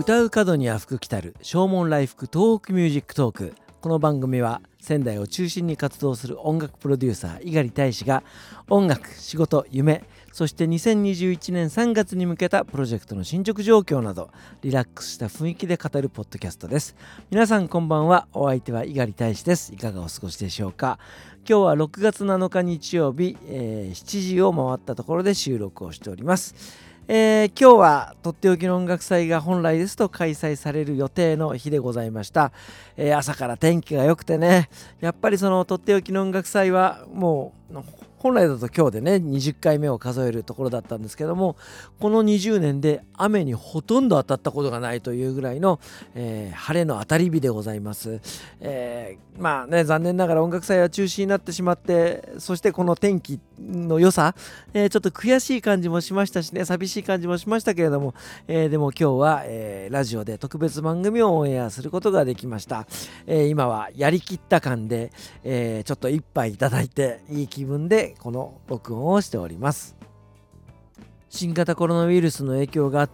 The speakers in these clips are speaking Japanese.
歌う角には福来たる正門来福東北ミュージックトーク。この番組は仙台を中心に活動する音楽プロデューサー猪狩大使が音楽、仕事、夢、そして2021年3月に向けたプロジェクトの進捗状況などリラックスした雰囲気で語るポッドキャストです。皆さんこんばんは。お相手は猪狩大使です。いかがお過ごしでしょうか。今日は6月7日日曜日、7時を回ったところで収録をしております。今日はとっておきの音楽祭が本来ですと開催される予定の日でございました。朝から天気が良くてね、やっぱりそのとっておきの音楽祭はもう本来だと今日でね20回目を数えるところだったんですけども、この20年で雨にほとんど当たったことがないというぐらいの、晴れの当たり日でございます。まあね、残念ながら音楽祭は中止になってしまって、そしてこの天気の良さ、ちょっと悔しい感じもしましたしね、寂しい感じもしましたけれども、でも今日は、ラジオで特別番組をオンエアすることができました。今はやりきった感で、ちょっと一杯いただいていい気分でこの録音をしております。新型コロナウイルスの影響があって、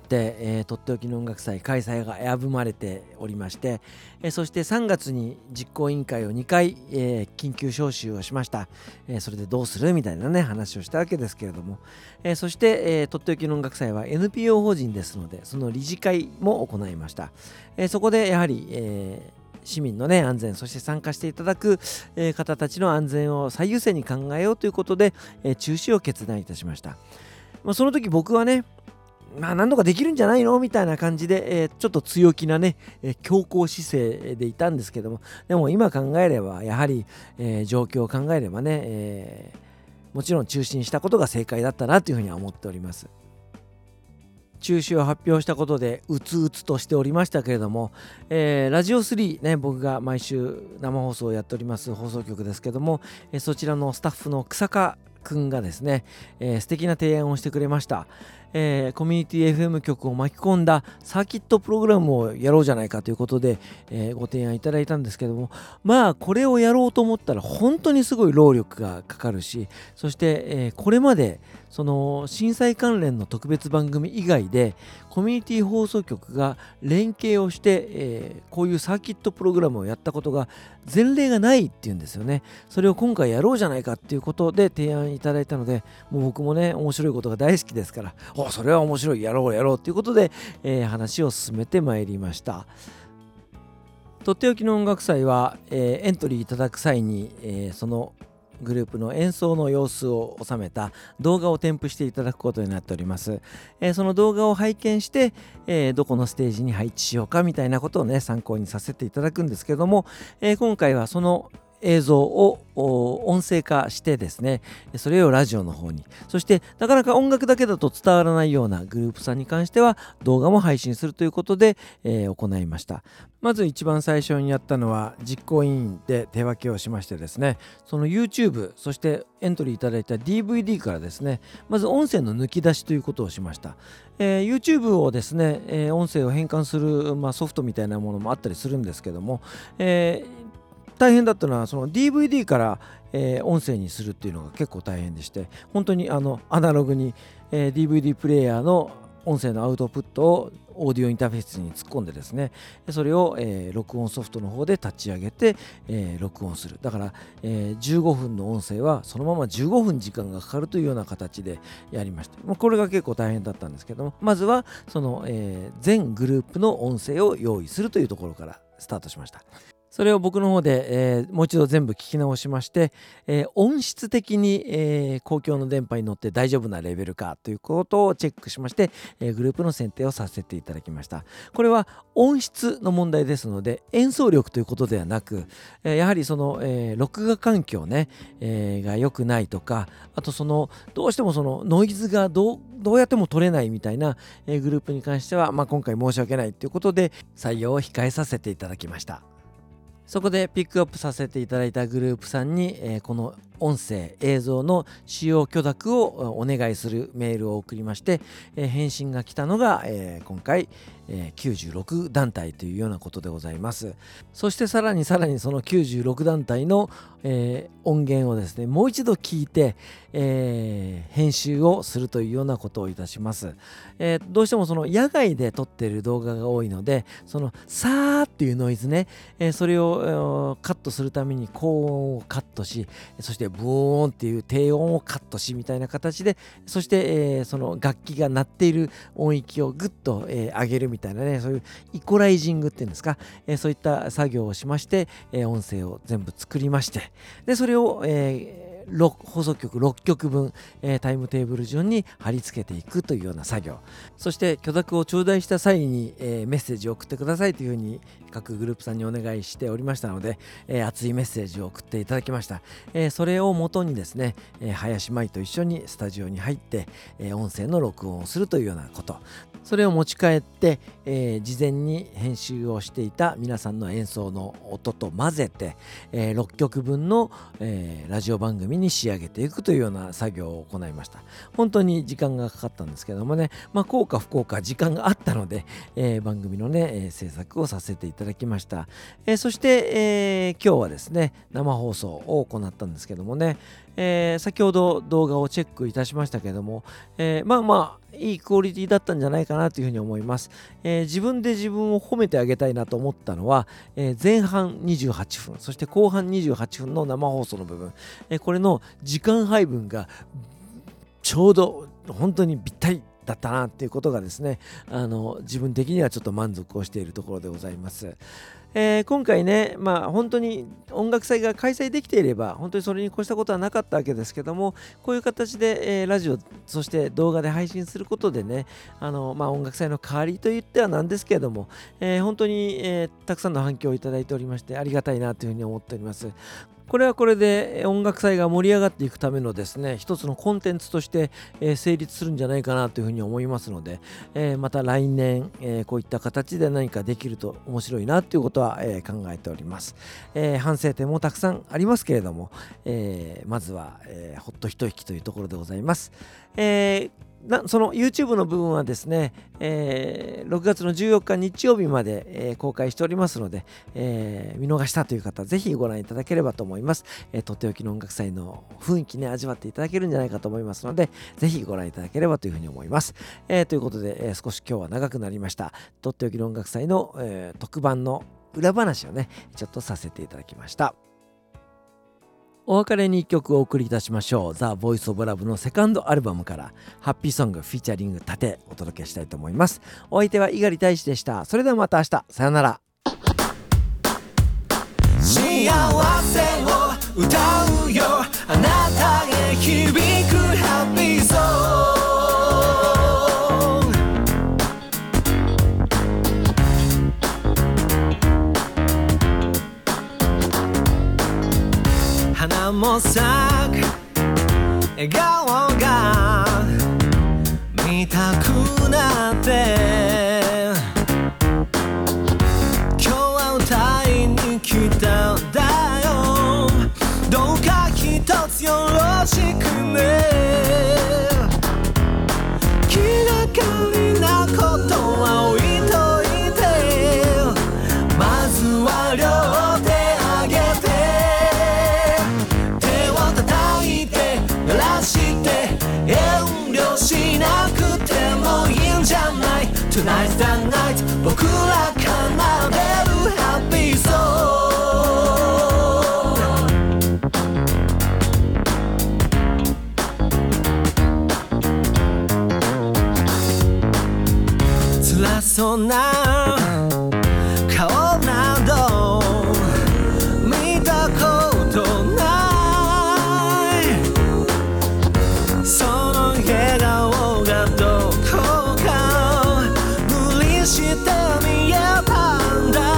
とっておきの音楽祭開催が危ぶまれておりまして、そして3月に実行委員会を2回、緊急招集をしました。それでどうするみたいなね話をしたわけですけれども、そして、とっておきの音楽祭は NPO 法人ですので、その理事会も行いました。そこでやはり、市民のね安全、そして参加していただく、方たちの安全を最優先に考えようということで、中止を決断いたしました。その時僕はね、何とかできるんじゃないのみたいな感じで、ちょっと強気なね、強硬姿勢でいたんですけども、でも今考えればやはり、状況を考えればね、もちろん中止にしたことが正解だったなというふうには思っております。中止を発表したことでうつうつとしておりましたけれども、ラジオ3ね、僕が毎週生放送をやっております放送局ですけども、そちらのスタッフの草加くんがですね、素敵な提案をしてくれました。コミュニティ FM 局を巻き込んだサーキットプログラムをやろうじゃないかということで、ご提案いただいたんですけども、これをやろうと思ったら本当にすごい労力がかかるし、そして、これまでその震災関連の特別番組以外でコミュニティ放送局が連携をして、こういうサーキットプログラムをやったことが前例がないっていうんですよね。それを今回やろうじゃないかっていうことで提案いただいたので、もう僕もね面白いことが大好きですから、それは面白い、やろうということで、話を進めてまいりました。とっておきの音楽祭は、エントリーいただく際に、そのグループの演奏の様子を収めた動画を添付していただくことになっております。その動画を拝見して、どこのステージに配置しようかみたいなことをね参考にさせていただくんですけども、今回はその映像を音声化してですね、それをラジオの方に、そしてなかなか音楽だけだと伝わらないようなグループさんに関しては動画も配信するということで、行いました。まず一番最初にやったのは実行委員で手分けをしましてですね、その YouTube、 そしてエントリーいただいた DVD からですね、まず音声の抜き出しということをしました。YouTube をですね、音声を変換する、ソフトみたいなものもあったりするんですけども、大変だったのはその DVD から、音声にするっていうのが結構大変でして、本当にアナログに、DVD プレイヤーの音声のアウトプットをオーディオインターフェースに突っ込んでですね、それを、録音ソフトの方で立ち上げて、録音する。だから、15分の音声はそのまま15分時間がかかるというような形でやりました。これが結構大変だったんですけども、まずはその、全グループの音声を用意するというところからスタートしました。それを僕の方で、もう一度全部聞き直しまして、音質的に、公共の電波に乗って大丈夫なレベルかということをチェックしまして、グループの選定をさせていただきました。これは音質の問題ですので演奏力ということではなく、やはりその、録画環境ね、が良くないとか、あとそのどうしてもそのノイズがどうやっても取れないみたいな、グループに関しては、今回申し訳ないということで採用を控えさせていただきました。そこでピックアップさせていただいたグループさんに、この音声映像の使用許諾をお願いするメールを送りまして、返信が来たのが、今回96団体というようなことでございます。そしてさらにその96団体の、音源をですねもう一度聞いて、編集をするというようなことをいたします。どうしてもその野外で撮っている動画が多いので、そのさーっていうノイズね、それをカットするために高音をカットし、そしてブーンっていう低音をカットしみたいな形で、そして、その楽器が鳴っている音域をぐっと、上げるみたいなね、そういうイコライジングっていうんですか、そういった作業をしまして、音声を全部作りまして、でそれを、放送局6曲分、タイムテーブル順に貼り付けていくというような作業、そして許諾を頂戴した際に、メッセージを送ってくださいというふうに各グループさんにお願いしておりましたので、熱いメッセージを送っていただきました。それをもとにですね、林舞と一緒にスタジオに入って、音声の録音をするというようなこと、それを持ち帰って、事前に編集をしていた皆さんの演奏の音と混ぜて、6曲分の、ラジオ番組に仕上げていくというような作業を行いました。本当に時間がかかったんですけどもね、幸か不幸か時間があったので、番組のね、制作をさせていただきました。そして、今日はですね生放送を行ったんですけどもね、先ほど動画をチェックいたしましたけども、いいクオリティだったんじゃないかなというふうに思います。自分で自分を褒めてあげたいなと思ったのは、前半28分そして後半28分の生放送の部分、これの時間配分がちょうど本当にぴったりだったなっていうことがですね、自分的にはちょっと満足をしているところでございます。今回ね、本当に音楽祭が開催できていれば本当にそれに越したことはなかったわけですけども、こういう形で、ラジオそして動画で配信することでね、音楽祭の代わりといってはなんですけれども、本当に、たくさんの反響をいただいておりましてありがたいなというふうに思っております。これはこれで音楽祭が盛り上がっていくためのですね一つのコンテンツとして、成立するんじゃないかなというふうに思いますので、また来年、こういった形で何かできると面白いなということは、考えております。反省点もたくさんありますけれども、まずは、ほっと一息というところでございます。その YouTube の部分はですね、6月の14日日曜日まで、公開しておりますので、見逃したという方ぜひご覧いただければと思います。とっておきの音楽祭の雰囲気ね味わっていただけるんじゃないかと思いますので、ぜひご覧いただければというふうに思います。ということで、少し今日は長くなりました。とっておきの音楽祭の、特番の裏話をねちょっとさせていただきました。お別れに1曲お送りいたしましょう。ザ・ボイス・オブ・ラブのセカンドアルバムからハッピーソングフィーチャリング盾お届けしたいと思います。お相手は猪狩大使でした。それではまた明日、さよなら。幸せを歌うよ、あなたへ響くハッピーソング。花も咲く笑顔が見たくなって、今日は歌いに来たんだよ、どうか一つよろしくね。気がかりなことは置いといて、まずは両手あげて鳴らして遠慮しなくてもいいんじゃない。 Tonight's the night 僕ら奏でるハッピーソング。辛そうな顔など見たことない、その笑顔がどこか無理して見えたんだ。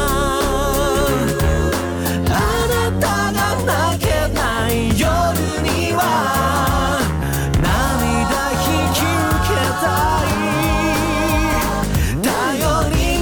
あなたが泣けない夜には涙引き受けたい。頼り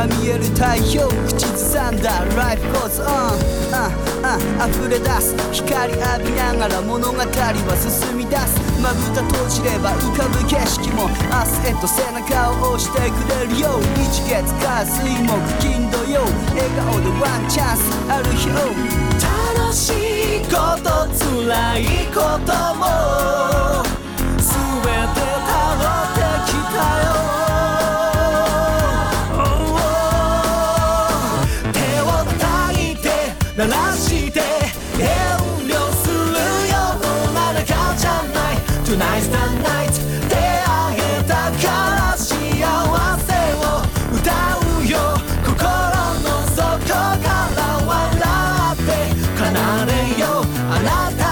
が見える太陽口ずさんだ Life goes on、溢れ出す光浴びながら物語は進み出すまぶた閉じれば浮かぶ景色も明日へと背中を押してくれるよ日月火水木金土曜笑顔でワンチャンスある日を楽しいこと辛いことも全てたどってきたよ手を叩いて鳴らして遠慮するような中じゃない Tonight's the night 手あげたから幸せを歌うよ心の底から笑って奏でよあなた